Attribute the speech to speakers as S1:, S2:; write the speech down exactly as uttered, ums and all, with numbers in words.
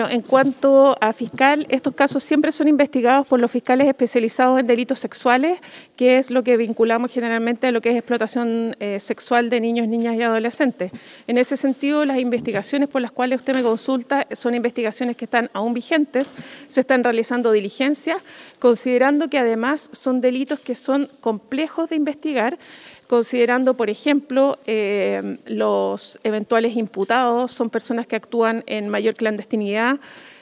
S1: En cuanto a fiscal, estos casos siempre son investigados por los fiscales especializados en delitos sexuales, que es lo que vinculamos generalmente a lo que es explotación eh, sexual de niños, niñas y adolescentes. En ese sentido, las investigaciones por las cuales usted me consulta son investigaciones que están aún vigentes, se están realizando diligencias, considerando que además son delitos que son complejos de investigar, considerando, por ejemplo, eh, los eventuales imputados son personas que actúan en mayor clandestinidad,